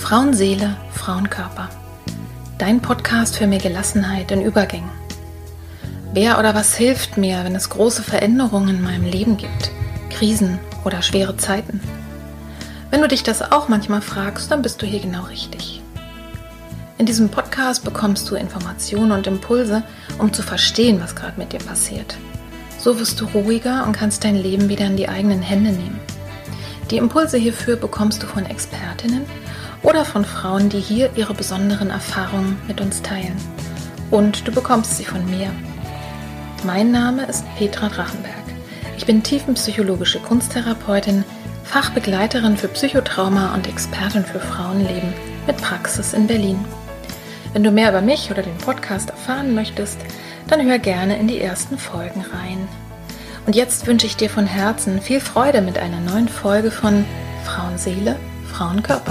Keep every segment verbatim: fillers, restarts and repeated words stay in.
Frauenseele, Frauenkörper. Dein Podcast für mehr Gelassenheit in Übergängen. Wer oder was hilft mir, wenn es große Veränderungen in meinem Leben gibt, Krisen oder schwere Zeiten? Wenn du dich das auch manchmal fragst, dann bist du hier genau richtig. In diesem Podcast bekommst du Informationen und Impulse, um zu verstehen, was gerade mit dir passiert. So wirst du ruhiger und kannst dein Leben wieder in die eigenen Hände nehmen. Die Impulse hierfür bekommst du von Expertinnen oder von Frauen, die hier ihre besonderen Erfahrungen mit uns teilen. Und du bekommst sie von mir. Mein Name ist Petra Drachenberg. Ich bin tiefenpsychologische Kunsttherapeutin, Fachbegleiterin für Psychotrauma und Expertin für Frauenleben mit Praxis in Berlin. Wenn du mehr über mich oder den Podcast erfahren möchtest, dann hör gerne in die ersten Folgen rein. Und jetzt wünsche ich dir von Herzen viel Freude mit einer neuen Folge von Frauenseele, Frauenkörper.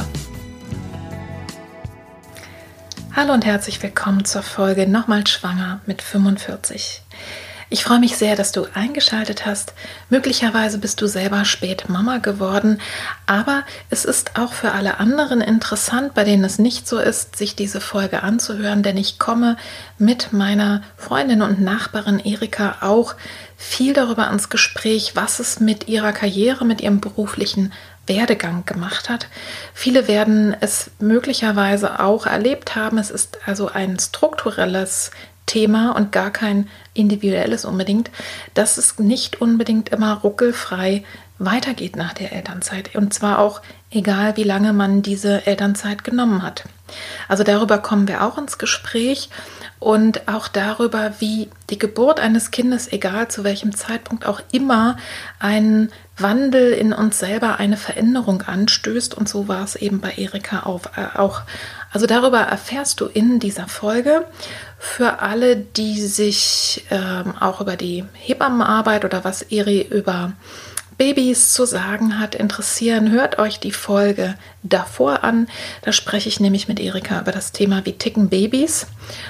Hallo und herzlich willkommen zur Folge Nochmal schwanger mit fünfundvierzig. Ich freue mich sehr, dass du eingeschaltet hast. Möglicherweise bist du selber spät Mama geworden, aber es ist auch für alle anderen interessant, bei denen es nicht so ist, sich diese Folge anzuhören, denn ich komme mit meiner Freundin und Nachbarin Erika auch viel darüber ins Gespräch, was es mit ihrer Karriere, mit ihrem beruflichen Werdegang gemacht hat. Viele werden es möglicherweise auch erlebt haben. Es ist also ein strukturelles Thema und gar kein individuelles unbedingt, dass es nicht unbedingt immer ruckelfrei weitergeht nach der Elternzeit. Und zwar auch egal, wie lange man diese Elternzeit genommen hat. Also darüber kommen wir auch ins Gespräch und auch darüber, wie die Geburt eines Kindes, egal zu welchem Zeitpunkt auch immer, einen Wandel in uns selber, eine Veränderung anstößt. Und so war es eben bei Erika auch. Also darüber erfährst du in dieser Folge. Für alle, die sich ähm, auch über die Hebammenarbeit oder was Eri über Babys zu sagen hat, interessieren, hört euch die Folge davor an. Da spreche ich nämlich mit Erika über das Thema, wie ticken Babys.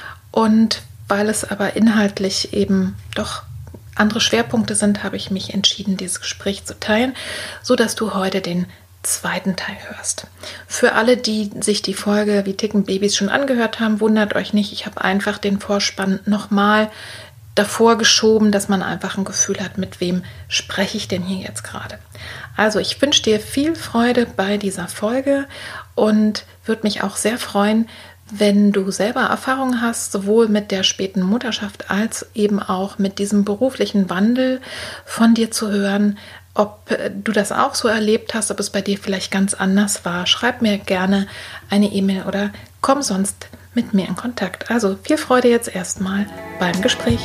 Und weil es aber inhaltlich eben doch andere Schwerpunkte sind, habe ich mich entschieden, dieses Gespräch zu teilen, sodass du heute den zweiten Teil hörst. Für alle, die sich die Folge Wie ticken Babys schon angehört haben, wundert euch nicht, ich habe einfach den Vorspann nochmal davor geschoben, dass man einfach ein Gefühl hat, mit wem spreche ich denn hier jetzt gerade. Also ich wünsche dir viel Freude bei dieser Folge und würde mich auch sehr freuen, wenn du selber Erfahrungen hast, sowohl mit der späten Mutterschaft als eben auch mit diesem beruflichen Wandel von dir zu hören, ob du das auch so erlebt hast, ob es bei dir vielleicht ganz anders war. Schreib mir gerne eine E-Mail oder komm sonst mit mir in Kontakt. Also viel Freude jetzt erstmal beim Gespräch.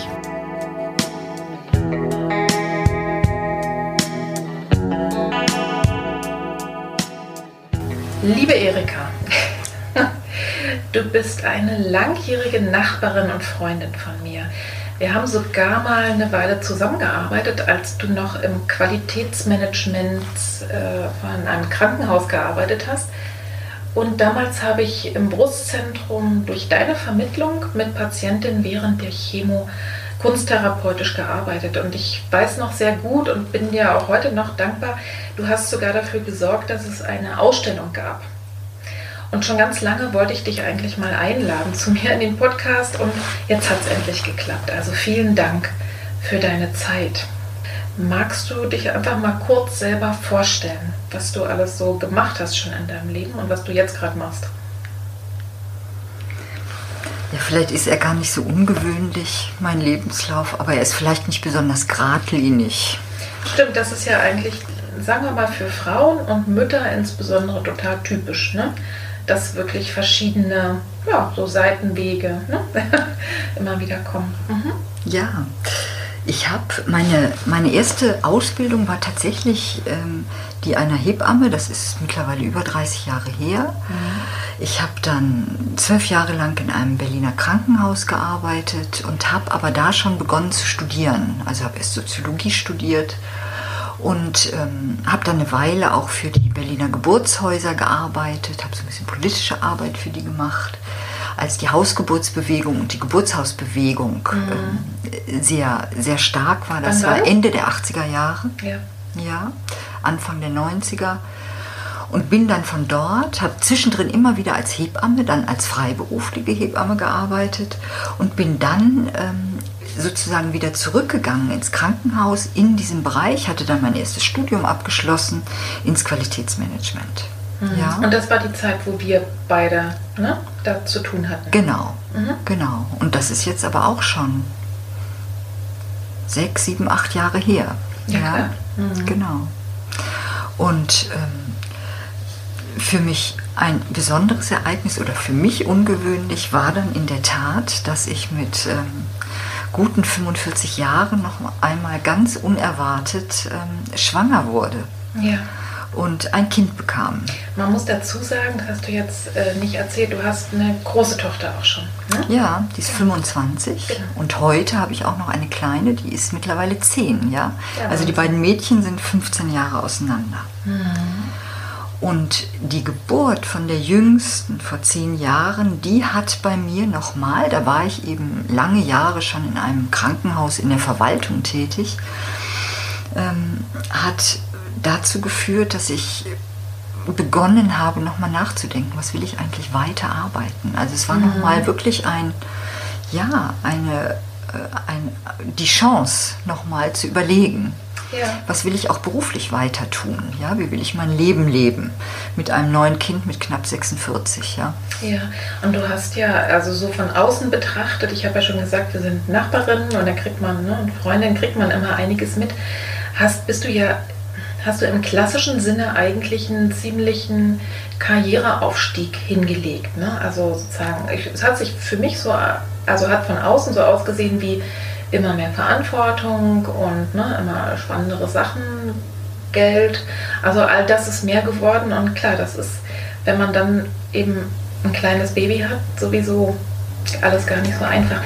Liebe Erika, du bist eine langjährige Nachbarin und Freundin von mir. Wir haben sogar mal eine Weile zusammengearbeitet, als du noch im Qualitätsmanagement äh, von einem Krankenhaus gearbeitet hast. Und damals habe ich im Brustzentrum durch deine Vermittlung mit Patientinnen während der Chemo kunsttherapeutisch gearbeitet. Und ich weiß noch sehr gut und bin dir auch heute noch dankbar, du hast sogar dafür gesorgt, dass es eine Ausstellung gab. Und schon ganz lange wollte ich dich eigentlich mal einladen zu mir in den Podcast und jetzt hat es endlich geklappt. Also vielen Dank für deine Zeit. Magst du dich einfach mal kurz selber vorstellen, was du alles so gemacht hast schon in deinem Leben und was du jetzt gerade machst? Ja, vielleicht ist er gar nicht so ungewöhnlich, mein Lebenslauf, aber er ist vielleicht nicht besonders geradlinig. Stimmt, das ist ja eigentlich, sagen wir mal, für Frauen und Mütter insbesondere total typisch, ne? Dass wirklich verschiedene, ja, so Seitenwege, ne? immer wieder kommen. Mhm. Ja, ich habe meine, meine erste Ausbildung war tatsächlich ähm, die einer Hebamme, das ist mittlerweile über dreißig Jahre her. Mhm. Ich habe dann zwölf Jahre lang in einem Berliner Krankenhaus gearbeitet und habe aber da schon begonnen zu studieren. Also habe erst Soziologie studiert und ähm, habe dann eine Weile auch für die Berliner Geburtshäuser gearbeitet, habe so ein bisschen politische Arbeit für die gemacht, als die Hausgeburtsbewegung und die Geburtshausbewegung mhm. ähm, sehr, sehr stark war. Das war Ende der achtziger Jahre, ja. Ja, Anfang der neunziger. Und bin dann von dort, habe zwischendrin immer wieder als Hebamme, dann als freiberufliche Hebamme gearbeitet und bin dann ähm, sozusagen wieder zurückgegangen ins Krankenhaus in diesem Bereich, hatte dann mein erstes Studium abgeschlossen ins Qualitätsmanagement. Mhm. Ja. Und das war die Zeit, wo wir beide, ne, da zu tun hatten. Genau, mhm. genau. Und das ist jetzt aber auch schon sechs, sieben, acht Jahre her. Ja, ja? klar. Mhm. Genau. Und ähm, für mich ein besonderes Ereignis oder für mich ungewöhnlich war dann in der Tat, dass ich mit ähm, guten fünfundvierzig Jahren noch einmal ganz unerwartet ähm, schwanger wurde. Ja. Und ein Kind bekam. Man muss dazu sagen, das hast du jetzt äh, nicht erzählt, du hast eine große Tochter auch schon. Ne? Ja, die ist fünfundzwanzig. Genau. Und heute habe ich auch noch eine kleine, die ist mittlerweile zehn. Ja? Ja, also die beiden Mädchen sind fünfzehn Jahre auseinander. Mhm. Und die Geburt von der Jüngsten vor zehn Jahren, die hat bei mir nochmal, da war ich eben lange Jahre schon in einem Krankenhaus in der Verwaltung tätig, ähm, hat dazu geführt, dass ich begonnen habe, nochmal nachzudenken, was will ich eigentlich weiter arbeiten. Also es war mhm. nochmal wirklich ein, ja, eine, ein, die Chance, nochmal zu überlegen, ja. was will ich auch beruflich weiter tun, ja, wie will ich mein Leben leben mit einem neuen Kind mit knapp sechsundvierzig. Ja, ja. Und du hast ja, also so von außen betrachtet, ich habe ja schon gesagt, wir sind Nachbarinnen und da kriegt man, ne, und Freundinnen kriegt man immer einiges mit, hast, bist du ja hast du im klassischen Sinne eigentlich einen ziemlichen Karriereaufstieg hingelegt. Ne? Also sozusagen, ich, es hat sich für mich so, also hat von außen so ausgesehen wie immer mehr Verantwortung und ne, immer spannendere Sachen, Geld. Also all das ist mehr geworden und klar, das ist, wenn man dann eben ein kleines Baby hat, sowieso alles gar nicht so einfach.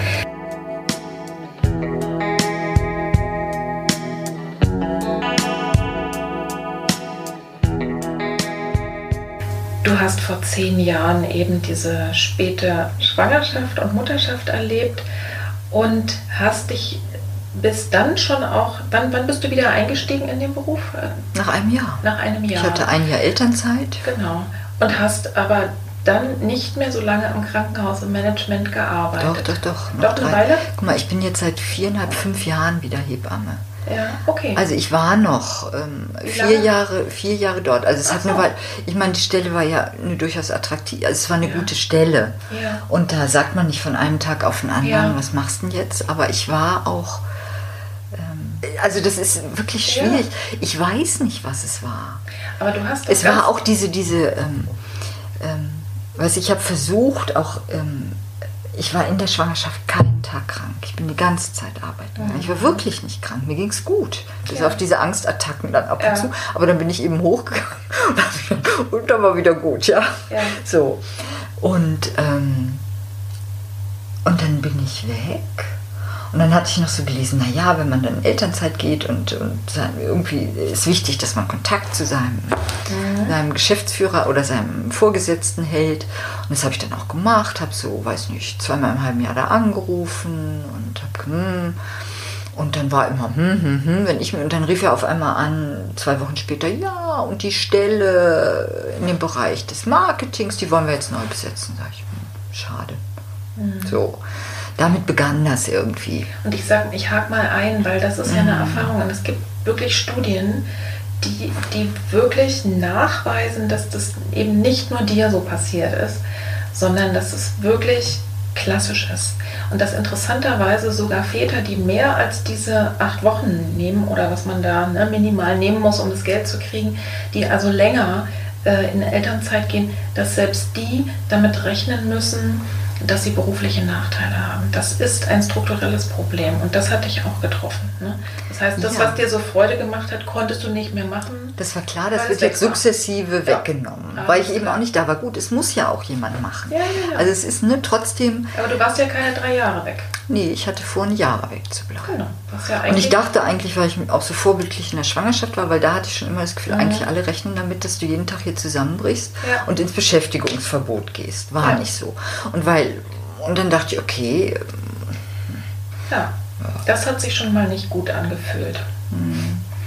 Du hast vor zehn Jahren eben diese späte Schwangerschaft und Mutterschaft erlebt und hast dich bis dann schon auch, dann, wann bist du wieder eingestiegen in den Beruf? Nach einem Jahr. Nach einem Jahr. Ich hatte ein Jahr Elternzeit. Genau. Und hast aber dann nicht mehr so lange im Krankenhaus im Management gearbeitet. Doch, doch, doch. Noch doch eine drei. Weile? Guck mal, ich bin jetzt seit viereinhalb, fünf Jahren wieder Hebamme. Ja, okay. Also ich war noch ähm, vier Jahre, vier Jahre dort. Also es Ach hat so. nur, weil ich meine, die Stelle war ja eine durchaus attraktiv. Also es war eine ja. gute Stelle. Ja. Und da sagt man nicht von einem Tag auf den anderen, ja. was machst du denn jetzt? Aber ich war auch, ähm, also das ist wirklich schwierig. Ja. Ich weiß nicht, was es war. Aber du hast. Es war auch diese, diese, ähm, ähm, weiß ich, ich habe versucht, auch. Ähm, Ich war in der Schwangerschaft keinen Tag krank. Ich bin die ganze Zeit arbeiten. Mhm. Ich war wirklich nicht krank. Mir ging es gut. Bis ja. auf diese Angstattacken dann ab und ja. zu. Aber dann bin ich eben hochgegangen und, und dann war wieder gut, ja. ja. So. Und, ähm, und dann bin ich weg. Und dann hatte ich noch so gelesen, naja, wenn man dann in Elternzeit geht und, und irgendwie ist wichtig, dass man Kontakt zu seinem, mhm. seinem Geschäftsführer oder seinem Vorgesetzten hält. Und das habe ich dann auch gemacht, habe so, weiß nicht, zweimal im halben Jahr da angerufen und habe, hm, und dann war immer, hm, hm, hm, wenn ich mir, und dann rief er auf einmal an, zwei Wochen später, ja, und die Stelle in dem Bereich des Marketings, die wollen wir jetzt neu besetzen. Sag ich, hm, schade. Mhm. So. Damit begann das irgendwie. Und ich sage, ich hake mal ein, weil das ist ja eine Erfahrung. Und es gibt wirklich Studien, die, die wirklich nachweisen, dass das eben nicht nur dir so passiert ist, sondern dass es wirklich klassisch ist. Und dass interessanterweise sogar Väter, die mehr als diese acht Wochen nehmen oder was man da ne, minimal nehmen muss, um das Geld zu kriegen, die also länger äh, in Elternzeit gehen, dass selbst die damit rechnen müssen, dass sie berufliche Nachteile haben. Das ist ein strukturelles Problem und das hat dich auch getroffen. Ne? Das heißt, das, ja. was dir so Freude gemacht hat, konntest du nicht mehr machen. Das war klar, das wird jetzt sukzessive ja. weggenommen, ja, weil ich eben klar. auch nicht da war. Gut, es muss ja auch jemand machen. Ja, ja, ja. Also es ist ne, trotzdem... Aber du warst ja keine drei Jahre weg. Nee, ich hatte vor, ein Jahr wegzubleiben. Genau. Ja und ich dachte eigentlich, weil ich auch so vorbildlich in der Schwangerschaft war, weil da hatte ich schon immer das Gefühl, mhm. eigentlich alle rechnen damit, dass du jeden Tag hier zusammenbrichst ja. und ins Beschäftigungsverbot gehst. War ja. nicht so. Und weil... Und dann dachte ich, okay. Ja, das hat sich schon mal nicht gut angefühlt. Mm, mm.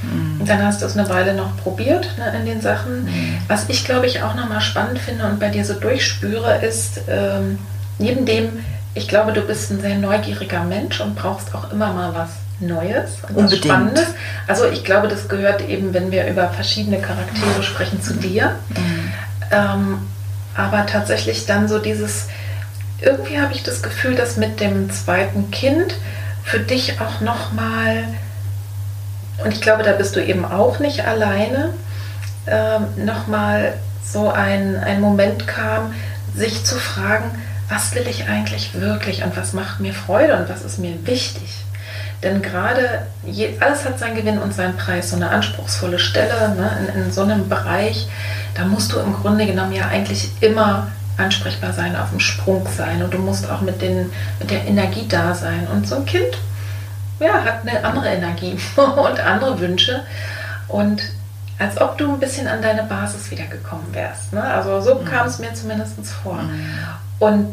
Dann hast du es eine Weile noch probiert, ne, in den Sachen. Mhm. Was ich, glaube ich, auch nochmal spannend finde und bei dir so durchspüre, ist, ähm, neben dem, ich glaube, du bist ein sehr neugieriger Mensch und brauchst auch immer mal was Neues und was Spannendes. Also ich glaube, das gehört eben, wenn wir über verschiedene Charaktere sprechen, zu dir. Mhm. Ähm, aber tatsächlich dann so dieses, irgendwie habe ich das Gefühl, dass mit dem zweiten Kind für dich auch nochmal, und ich glaube, da bist du eben auch nicht alleine, ähm, nochmal so ein, ein Moment kam, sich zu fragen, was will ich eigentlich wirklich und was macht mir Freude und was ist mir wichtig? Denn gerade, je, alles hat seinen Gewinn und seinen Preis, so eine anspruchsvolle Stelle, ne, in, in so einem Bereich, da musst du im Grunde genommen ja eigentlich immer ansprechbar sein, auf dem Sprung sein und du musst auch mit, den, mit der Energie da sein. Und so ein Kind, ja, hat eine andere Energie und andere Wünsche und als ob du ein bisschen an deine Basis wiedergekommen wärst. Ne? Also so mhm. kam es mir zumindest vor. Mhm. Und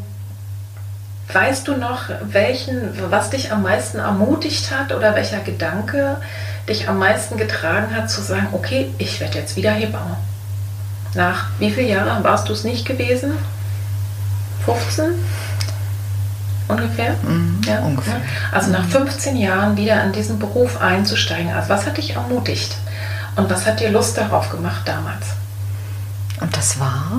weißt du noch, welchen, was dich am meisten ermutigt hat oder welcher Gedanke dich am meisten getragen hat, zu sagen, okay, ich werde jetzt wieder Hebamme? Nach wie vielen Jahren warst du es nicht gewesen? fünfzehn? Ungefähr? Mhm, ja, ungefähr. Also nach fünfzehn Jahren wieder in diesen Beruf einzusteigen. Also was hat dich ermutigt? Und was hat dir Lust darauf gemacht damals? Und das war,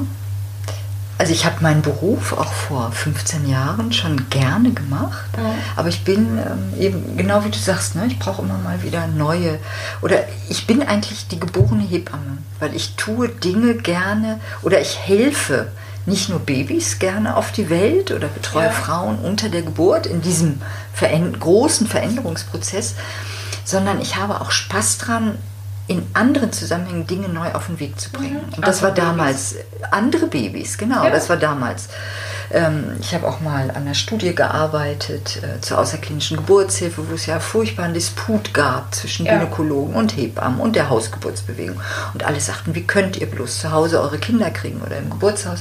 also ich habe meinen Beruf auch vor fünfzehn Jahren schon gerne gemacht, mhm. aber ich bin ähm, eben, genau wie du sagst, ne, ich brauche immer mal wieder neue, oder ich bin eigentlich die geborene Hebamme, weil ich tue Dinge gerne oder ich helfe nicht nur Babys gerne auf die Welt oder betreue ja. Frauen unter der Geburt in diesem veränd- großen Veränderungsprozess, sondern ich habe auch Spaß dran, in anderen Zusammenhängen Dinge neu auf den Weg zu bringen. Mhm. Und das andere war damals, Babys. andere Babys, genau, ja. das war damals. Ähm, ich habe auch mal an einer Studie gearbeitet äh, zur außerklinischen Geburtshilfe, wo es ja furchtbaren Disput gab zwischen ja. Gynäkologen und Hebammen und der Hausgeburtsbewegung. Und alle sagten, wie könnt ihr bloß zu Hause eure Kinder kriegen oder im Geburtshaus?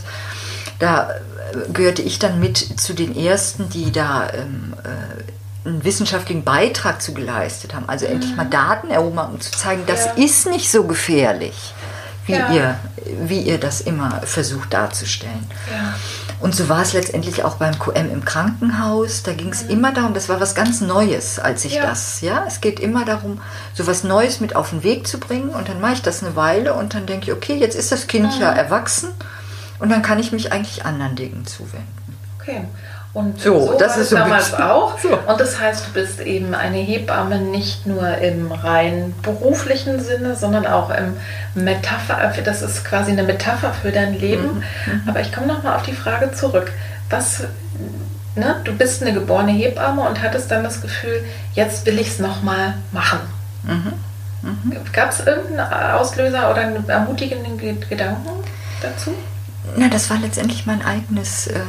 Da äh, gehörte ich dann mit zu den Ersten, die da ähm, äh, einen wissenschaftlichen Beitrag zu geleistet haben, also mhm. endlich mal Daten erhoben haben, um zu zeigen, das ja. ist nicht so gefährlich, wie, ja. ihr, wie ihr das immer versucht darzustellen. Ja. Und so war es letztendlich auch beim Q M im Krankenhaus, da ging es mhm. immer darum, das war was ganz Neues, als ich ja. das, ja, es geht immer darum, so was Neues mit auf den Weg zu bringen und dann mache ich das eine Weile und dann denke ich, okay, jetzt ist das Kind mhm. ja erwachsen und dann kann ich mich eigentlich anderen Dingen zuwenden. Okay. Und so, so das war ist es so damals auch. So. Und das heißt, du bist eben eine Hebamme nicht nur im rein beruflichen Sinne, sondern auch im Metapher. Das ist quasi eine Metapher für dein Leben. Mhm. Aber ich komme nochmal auf die Frage zurück. Was, ne, du bist eine geborene Hebamme und hattest dann das Gefühl, jetzt will ich es nochmal machen. Mhm. Mhm. Gab es irgendeinen Auslöser oder einen ermutigenden Gedanken dazu? Na, das war letztendlich mein eigenes, äh,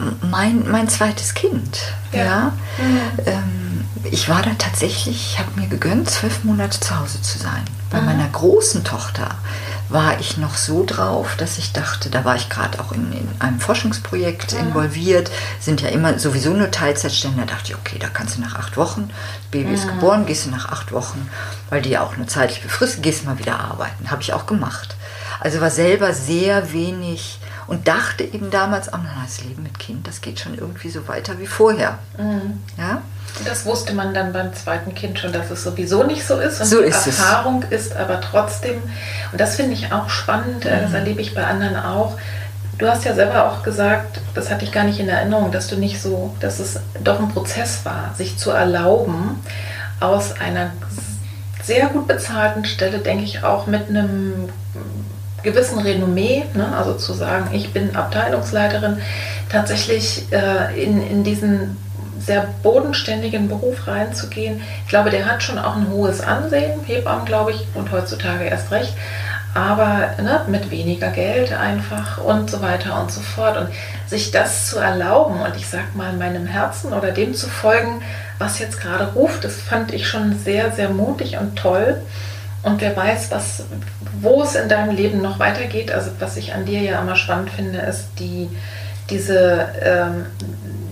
mein, mein zweites Kind. Ja. ja? Mhm. Ähm, ich war da tatsächlich, ich habe mir gegönnt, zwölf Monate zu Hause zu sein. Bei mhm. meiner großen Tochter war ich noch so drauf, dass ich dachte, da war ich gerade auch in, in einem Forschungsprojekt mhm. involviert, sind ja immer sowieso nur Teilzeitstellen. Da dachte ich, okay, da kannst du nach acht Wochen, das Baby mhm. ist geboren, gehst du nach acht Wochen, weil die ja auch nur zeitlich befristet, gehst du mal wieder arbeiten. Habe ich auch gemacht. Also war selber sehr wenig und dachte eben damals, oh, na, das Leben mit Kind, das geht schon irgendwie so weiter wie vorher. Mhm. Ja? Das wusste man dann beim zweiten Kind schon, dass es sowieso nicht so ist. Und so die ist Erfahrung es. ist aber trotzdem, und das finde ich auch spannend, mhm. das erlebe ich bei anderen auch. Du hast ja selber auch gesagt, das hatte ich gar nicht in Erinnerung, dass du nicht so, dass es doch ein Prozess war, sich zu erlauben, aus einer sehr gut bezahlten Stelle, denke ich, auch mit einem gewissen Renommee, ne, also zu sagen, ich bin Abteilungsleiterin, tatsächlich äh, in, in diesen sehr bodenständigen Beruf reinzugehen. Ich glaube, der hat schon auch ein hohes Ansehen, Hebammen, glaube ich, und heutzutage erst recht, aber ne, mit weniger Geld einfach und so weiter und so fort. Und sich das zu erlauben und ich sag mal meinem Herzen oder dem zu folgen, was jetzt gerade ruft, das fand ich schon sehr, sehr mutig und toll. Und wer weiß, was, wo es in deinem Leben noch weitergeht. Also was ich an dir ja immer spannend finde, ist die, diese, ähm,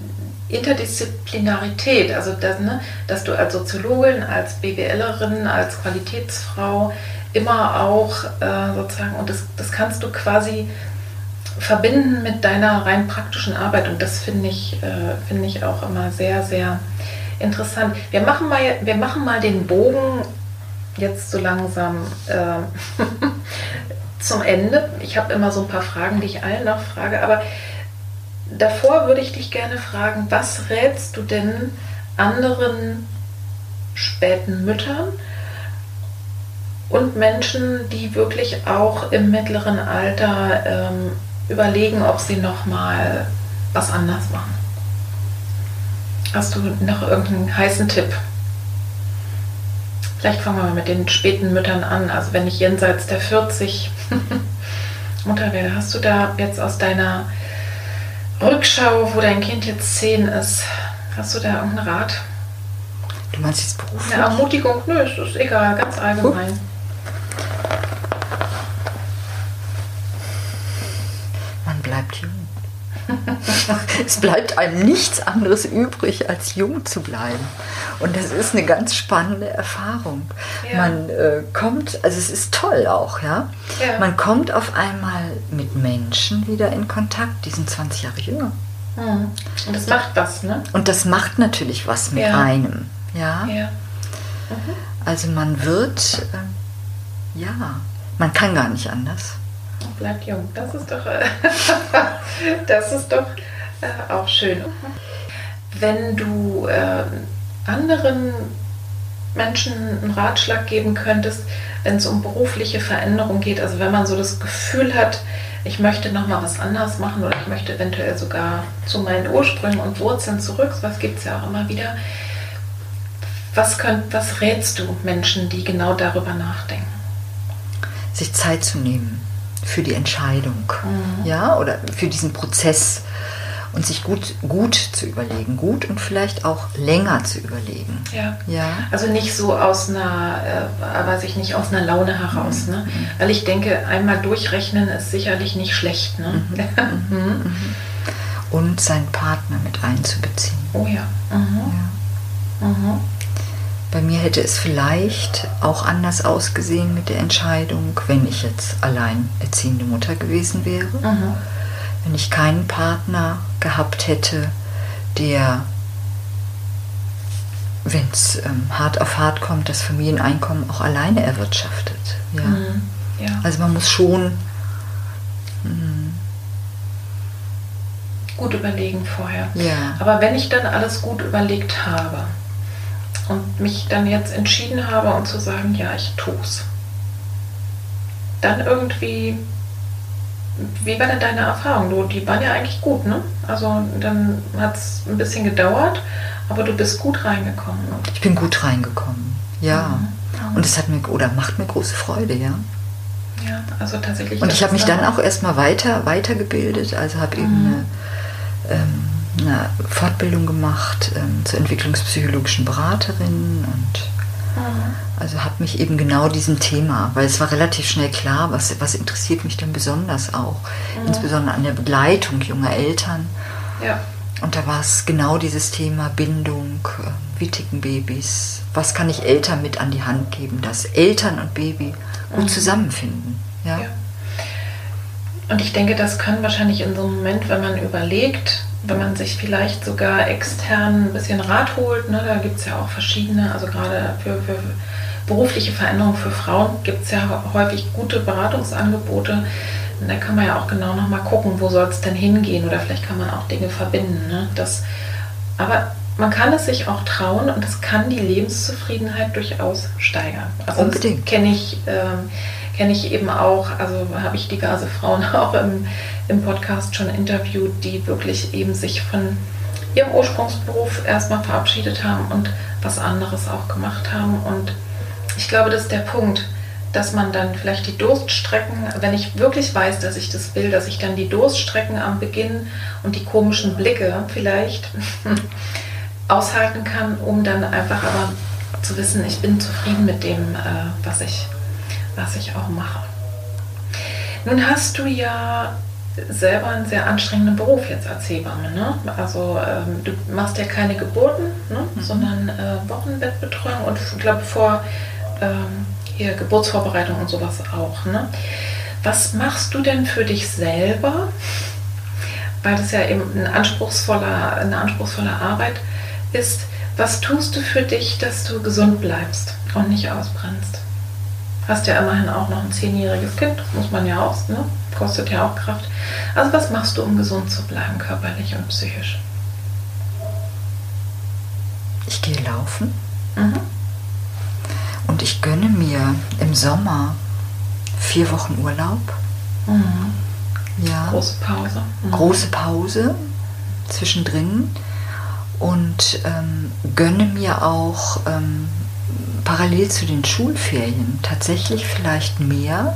Interdisziplinarität, also das, ne, dass du als Soziologin, als BWLerin, als Qualitätsfrau immer auch äh, sozusagen, und das, das kannst du quasi verbinden mit deiner rein praktischen Arbeit, und das finde ich, äh, finde ich auch immer sehr, sehr interessant. Wir machen mal, wir machen mal den Bogen jetzt so langsam äh, zum Ende. Ich habe immer so ein paar Fragen, die ich allen noch frage, aber davor würde ich dich gerne fragen, was rätst du denn anderen späten Müttern und Menschen, die wirklich auch im mittleren Alter ähm, überlegen, ob sie nochmal was anders machen? Hast du noch irgendeinen heißen Tipp? Vielleicht fangen wir mal mit den späten Müttern an. Also wenn ich jenseits der vierzig Mutter werde, hast du da jetzt aus deiner Rückschau, wo dein Kind jetzt zehn ist, hast du da irgendeinen Rat? Du meinst jetzt beruflich? Eine Ermutigung? Nö, es ist egal, ganz allgemein. Gut. Man bleibt jung. Es bleibt einem nichts anderes übrig, als jung zu bleiben. Und das ist eine ganz spannende Erfahrung. Ja. Man äh, kommt, also es ist toll auch, ja? Ja. Man kommt auf einmal mit Menschen wieder in Kontakt, die sind zwanzig Jahre jünger. Mhm. Und das macht was, ne? Und das macht natürlich was mit ja. einem, ja? Ja. Mhm. Also man wird, äh, ja, man kann gar nicht anders. Bleibt jung, das ist doch, äh, das ist doch äh, auch schön. Wenn du äh, anderen Menschen einen Ratschlag geben könntest, wenn es um berufliche Veränderung geht, also wenn man so das Gefühl hat, ich möchte nochmal was anderes machen oder ich möchte eventuell sogar zu meinen Ursprüngen und Wurzeln zurück, was gibt es ja auch immer wieder, was, könnt, was rätst du Menschen, die genau darüber nachdenken? Sich Zeit zu nehmen für die Entscheidung, mhm. ja, oder für diesen Prozess und sich gut, gut zu überlegen, gut und vielleicht auch länger zu überlegen. Ja, ja. Also nicht so aus einer, äh, weiß ich nicht, aus einer Laune heraus, mhm. ne? Weil ich denke, einmal durchrechnen ist sicherlich nicht schlecht, ne? Mhm. mhm. Und seinen Partner mit einzubeziehen. Oh ja. Mhm. ja. Mhm. Bei mir hätte es vielleicht auch anders ausgesehen mit der Entscheidung, wenn ich jetzt allein erziehende Mutter gewesen wäre. Mhm. Wenn ich keinen Partner gehabt hätte, der, wenn es ähm, hart auf hart kommt, das Familieneinkommen auch alleine erwirtschaftet. Ja. Mhm. Ja. Also man muss schon mh, gut überlegen vorher. Ja. Aber wenn ich dann alles gut überlegt habe und mich dann jetzt entschieden habe und zu sagen, ja, ich tu's, dann irgendwie, wie war denn deine Erfahrung? Du, die waren ja eigentlich gut, ne? Also dann hat es ein bisschen gedauert, aber du bist gut reingekommen. Ich bin gut reingekommen, ja. Mhm. Und es hat mir, oder macht mir große Freude, ja. Ja, also tatsächlich. Und ich habe mich dann auch erstmal weiter, weitergebildet, also habe mhm. eben eine, ähm, eine Fortbildung gemacht ähm, zur entwicklungspsychologischen Beraterin und mhm. also habe mich eben genau diesem Thema, weil es war relativ schnell klar, was, was interessiert mich denn besonders auch, mhm. insbesondere an der Begleitung junger Eltern. Ja. Und da war es genau dieses Thema Bindung, äh, wie ticken Babys, was kann ich Eltern mit an die Hand geben, dass Eltern und Baby gut mhm. zusammenfinden. Ja? Ja. Und ich denke, das kann wahrscheinlich in so einem Moment, wenn man überlegt, wenn man sich vielleicht sogar extern ein bisschen Rat holt, ne, da gibt es ja auch verschiedene, also gerade für, für berufliche Veränderungen für Frauen gibt es ja häufig gute Beratungsangebote. Und da kann man ja auch genau nochmal gucken, wo soll es denn hingehen oder vielleicht kann man auch Dinge verbinden. Ne? Das, aber man kann es sich auch trauen und das kann die Lebenszufriedenheit durchaus steigern. Also unbedingt. Kenne ich, ähm, kenn ich eben auch, also habe ich diverse Frauen auch im, im Podcast schon interviewt, die wirklich eben sich von ihrem Ursprungsberuf erstmal verabschiedet haben und was anderes auch gemacht haben. Und ich glaube, das ist der Punkt, dass man dann vielleicht die Durststrecken, wenn ich wirklich weiß, dass ich das will, dass ich dann die Durststrecken am Beginn und die komischen Blicke vielleicht aushalten kann, um dann einfach aber zu wissen, ich bin zufrieden mit dem, äh, was ich, was ich auch mache. Nun hast du ja selber einen sehr anstrengenden Beruf jetzt als Hebamme. Ne? Also ähm, du machst ja keine Geburten, ne? mhm. sondern äh, Wochenbettbetreuung und ich glaube vor ähm, hier Geburtsvorbereitung und sowas auch. Ne? Was machst du denn für dich selber? Weil das ja eben ein anspruchsvoller, eine anspruchsvolle Arbeit ist. Was tust du für dich, dass du gesund bleibst und nicht ausbrennst? Hast ja immerhin auch noch ein zehnjähriges Kind, muss man ja auch, ne? Kostet ja auch Kraft. Also was machst du, um gesund zu bleiben, körperlich und psychisch? Ich gehe laufen mhm. und ich gönne mir im Sommer vier Wochen Urlaub. Mhm. Ja. Große Pause. Mhm. Große Pause zwischendrin und ähm, gönne mir auch ähm, parallel zu den Schulferien tatsächlich vielleicht mehr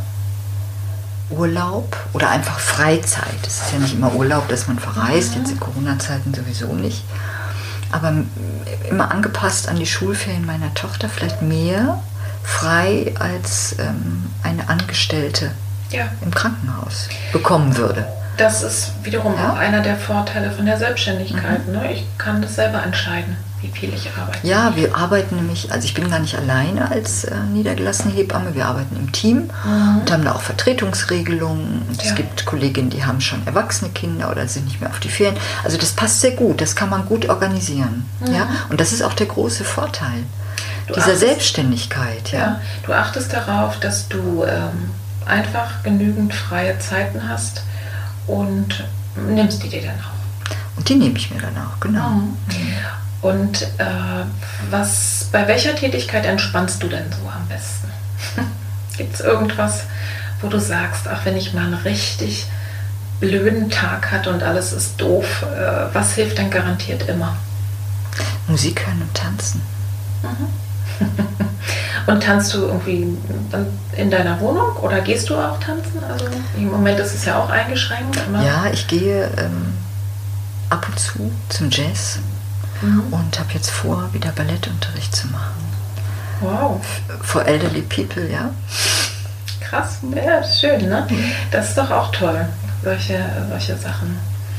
Urlaub oder einfach Freizeit. Es ist ja nicht immer Urlaub, dass man verreist, mhm. jetzt in Corona-Zeiten sowieso nicht. Aber immer angepasst an die Schulferien meiner Tochter, vielleicht mehr frei als ähm, eine Angestellte ja. im Krankenhaus bekommen würde. Das ist wiederum ja? auch einer der Vorteile von der Selbstständigkeit. Mhm. Ne? Ich kann das selber entscheiden, wie viel ich arbeite. Ja, wir arbeiten nämlich, also ich bin gar nicht alleine als äh, niedergelassene Hebamme, wir arbeiten im Team mhm. und haben da auch Vertretungsregelungen. Und ja. es gibt Kolleginnen, die haben schon erwachsene Kinder oder sind nicht mehr auf die Ferien. Also das passt sehr gut, das kann man gut organisieren. Mhm. Ja? Und das ist auch der große Vorteil du dieser achtest, Selbstständigkeit. Ja? Ja, du achtest darauf, dass du ähm, einfach genügend freie Zeiten hast und nimmst die dir dann auch. Und die nehme ich mir dann auch, genau. Mhm. Und äh, was, bei welcher Tätigkeit entspannst du denn so am besten? Gibt es irgendwas, wo du sagst, ach, wenn ich mal einen richtig blöden Tag hatte und alles ist doof, äh, was hilft denn garantiert immer? Musik hören und tanzen. Mhm. Und tanzt du irgendwie in deiner Wohnung oder gehst du auch tanzen? Also im Moment ist es ja auch eingeschränkt. Immer. Ja, ich gehe ähm, ab und zu zum Jazz mhm. und habe jetzt vor, wieder Ballettunterricht zu machen. Wow. For elderly people, ja. Krass, ja, schön, ne? Das ist doch auch toll, solche, solche Sachen.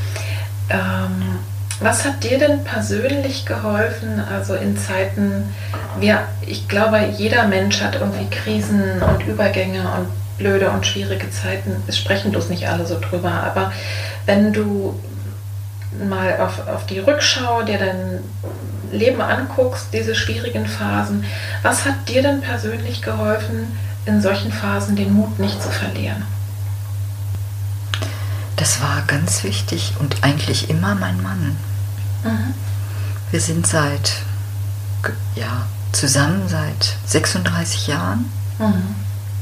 Ähm, Was hat dir denn persönlich geholfen, also in Zeiten, wir, ich glaube, jeder Mensch hat irgendwie Krisen und Übergänge und blöde und schwierige Zeiten, es sprechen bloß nicht alle so drüber, aber wenn du mal auf, auf die Rückschau dir dein Leben anguckst, diese schwierigen Phasen, was hat dir denn persönlich geholfen, in solchen Phasen den Mut nicht zu verlieren? Das war ganz wichtig und eigentlich immer mein Mann. Mhm. Wir sind seit, ja, zusammen seit sechsunddreißig Jahren. Mhm.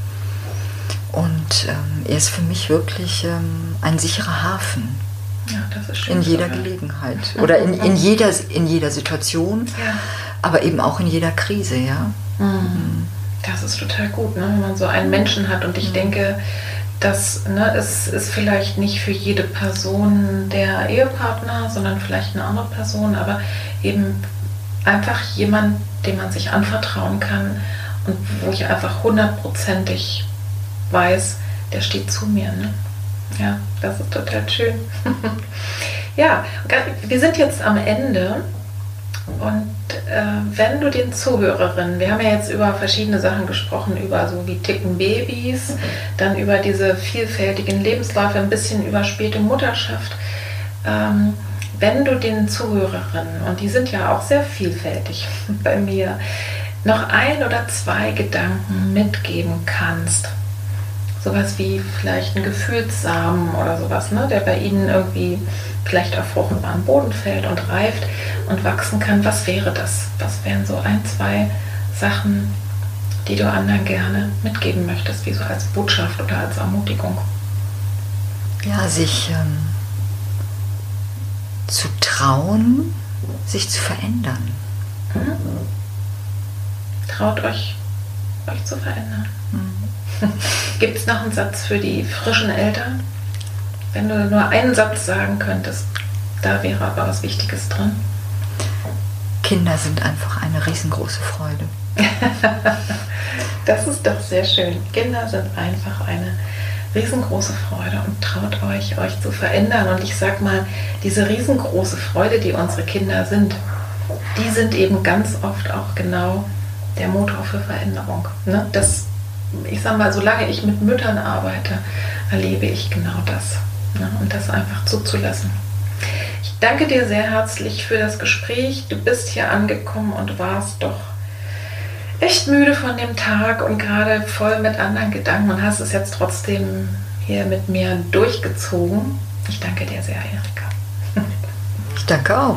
Und ähm, er ist für mich wirklich ähm, ein sicherer Hafen. Ja, das ist schön. In jeder so, Gelegenheit. Oder in, in, jeder, in jeder Situation, ja. aber eben auch in jeder Krise, ja. Mhm. Das ist total gut, ne? Wenn man so einen Menschen hat. Und ich mhm. denke, das, ne, es ist vielleicht nicht für jede Person der Ehepartner, sondern vielleicht eine andere Person, aber eben einfach jemand, dem man sich anvertrauen kann und wo ich einfach hundertprozentig weiß, der steht zu mir. Ne? Ja, das ist total schön. Ja, wir sind jetzt am Ende. Und äh, wenn du den Zuhörerinnen, wir haben ja jetzt über verschiedene Sachen gesprochen, über so wie ticken Babys, dann über diese vielfältigen Lebensläufe, ein bisschen über späte Mutterschaft. Ähm, wenn du den Zuhörerinnen, und die sind ja auch sehr vielfältig bei mir, noch ein oder zwei Gedanken mitgeben kannst, sowas wie vielleicht ein Gefühlssamen oder sowas, ne, der bei ihnen irgendwie vielleicht auf fruchtbaren Boden fällt und reift und wachsen kann. Was wäre das? Was wären so ein, zwei Sachen, die du anderen gerne mitgeben möchtest, wie so als Botschaft oder als Ermutigung? Ja, sich ähm, zu trauen, sich zu verändern. Mhm. Traut euch, euch zu verändern. Mhm. Gibt es noch einen Satz für die frischen Eltern? Wenn du nur einen Satz sagen könntest, da wäre aber was Wichtiges drin. Kinder sind einfach eine riesengroße Freude. Das ist doch sehr schön. Kinder sind einfach eine riesengroße Freude und traut euch, euch zu verändern. Und ich sag mal, diese riesengroße Freude, die unsere Kinder sind, die sind eben ganz oft auch genau der Motor für Veränderung. Ne? Das, ich sag mal, solange ich mit Müttern arbeite, erlebe ich genau das. Ne? Und das einfach zuzulassen. Ich danke dir sehr herzlich für das Gespräch. Du bist hier angekommen und warst doch echt müde von dem Tag und gerade voll mit anderen Gedanken und hast es jetzt trotzdem hier mit mir durchgezogen. Ich danke dir sehr, Erika. Ich danke auch.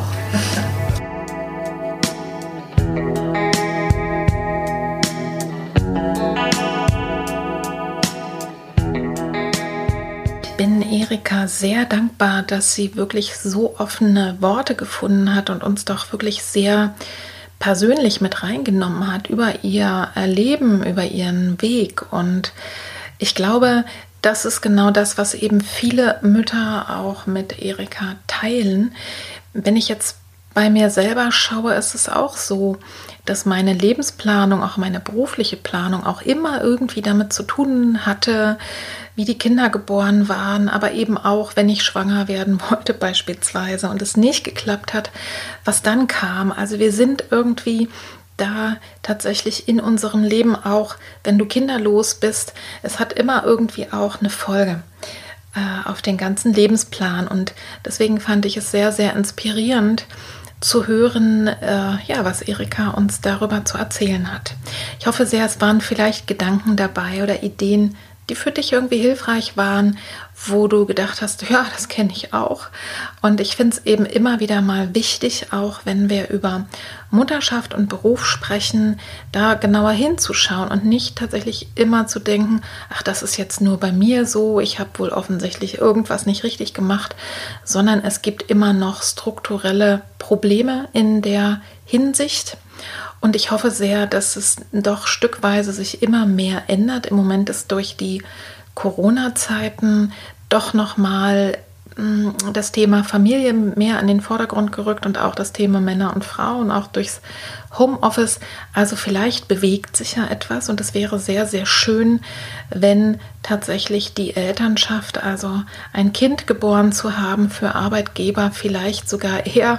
Ich bin Erika sehr dankbar, dass sie wirklich so offene Worte gefunden hat und uns doch wirklich sehr persönlich mit reingenommen hat über ihr Erleben, über ihren Weg. Und ich glaube, das ist genau das, was eben viele Mütter auch mit Erika teilen. Wenn ich jetzt bei mir selber schaue, ist es auch so, dass meine Lebensplanung, auch meine berufliche Planung auch immer irgendwie damit zu tun hatte, wie die Kinder geboren waren, aber eben auch, wenn ich schwanger werden wollte beispielsweise und es nicht geklappt hat, was dann kam. Also wir sind irgendwie da tatsächlich in unserem Leben auch, wenn du kinderlos bist, es hat immer irgendwie auch eine Folge äh, auf den ganzen Lebensplan. Und deswegen fand ich es sehr, sehr inspirierend zu hören, äh, ja, was Erika uns darüber zu erzählen hat. Ich hoffe sehr, es waren vielleicht Gedanken dabei oder Ideen, die für dich irgendwie hilfreich waren, wo du gedacht hast, ja, das kenne ich auch. Und ich finde es eben immer wieder mal wichtig, auch wenn wir über Mutterschaft und Beruf sprechen, da genauer hinzuschauen und nicht tatsächlich immer zu denken, ach, das ist jetzt nur bei mir so, ich habe wohl offensichtlich irgendwas nicht richtig gemacht, sondern es gibt immer noch strukturelle Probleme in der Hinsicht. Und ich hoffe sehr, dass es doch stückweise sich immer mehr ändert. Im Moment ist durch die Corona-Zeiten doch nochmal das Thema Familie mehr an den Vordergrund gerückt und auch das Thema Männer und Frauen, auch durchs Homeoffice. Also vielleicht bewegt sich ja etwas und es wäre sehr, sehr schön, wenn tatsächlich die Elternschaft, also ein Kind geboren zu haben, für Arbeitgeber vielleicht sogar eher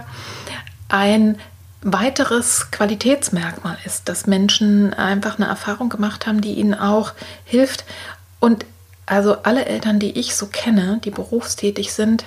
ein weiteres Qualitätsmerkmal ist, dass Menschen einfach eine Erfahrung gemacht haben, die ihnen auch hilft. Und also alle Eltern, die ich so kenne, die berufstätig sind,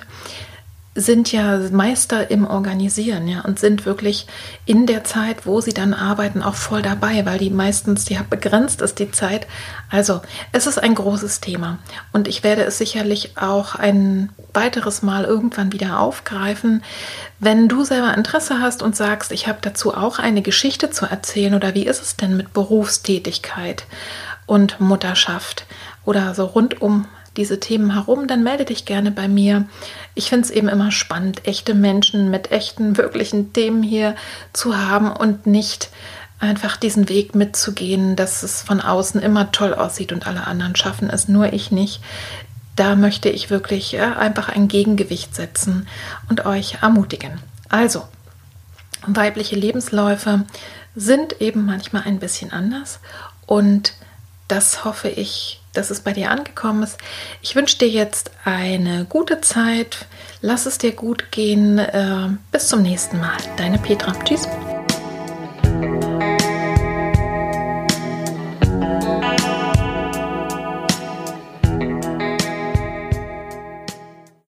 sind ja Meister im Organisieren, ja, und sind wirklich in der Zeit, wo sie dann arbeiten, auch voll dabei, weil die meistens, ja, begrenzt ist die Zeit. Also es ist ein großes Thema und ich werde es sicherlich auch ein weiteres Mal irgendwann wieder aufgreifen. Wenn du selber Interesse hast und sagst, ich habe dazu auch eine Geschichte zu erzählen oder wie ist es denn mit Berufstätigkeit und Mutterschaft oder so rund um diese Themen herum, dann melde dich gerne bei mir. Ich finde es eben immer spannend, echte Menschen mit echten, wirklichen Themen hier zu haben und nicht einfach diesen Weg mitzugehen, dass es von außen immer toll aussieht und alle anderen schaffen es, nur ich nicht. Da möchte ich wirklich ja, einfach ein Gegengewicht setzen und euch ermutigen. Also, weibliche Lebensläufe sind eben manchmal ein bisschen anders und das hoffe ich, dass es bei dir angekommen ist. Ich wünsche dir jetzt eine gute Zeit. Lass es dir gut gehen. Bis zum nächsten Mal. Deine Petra. Tschüss.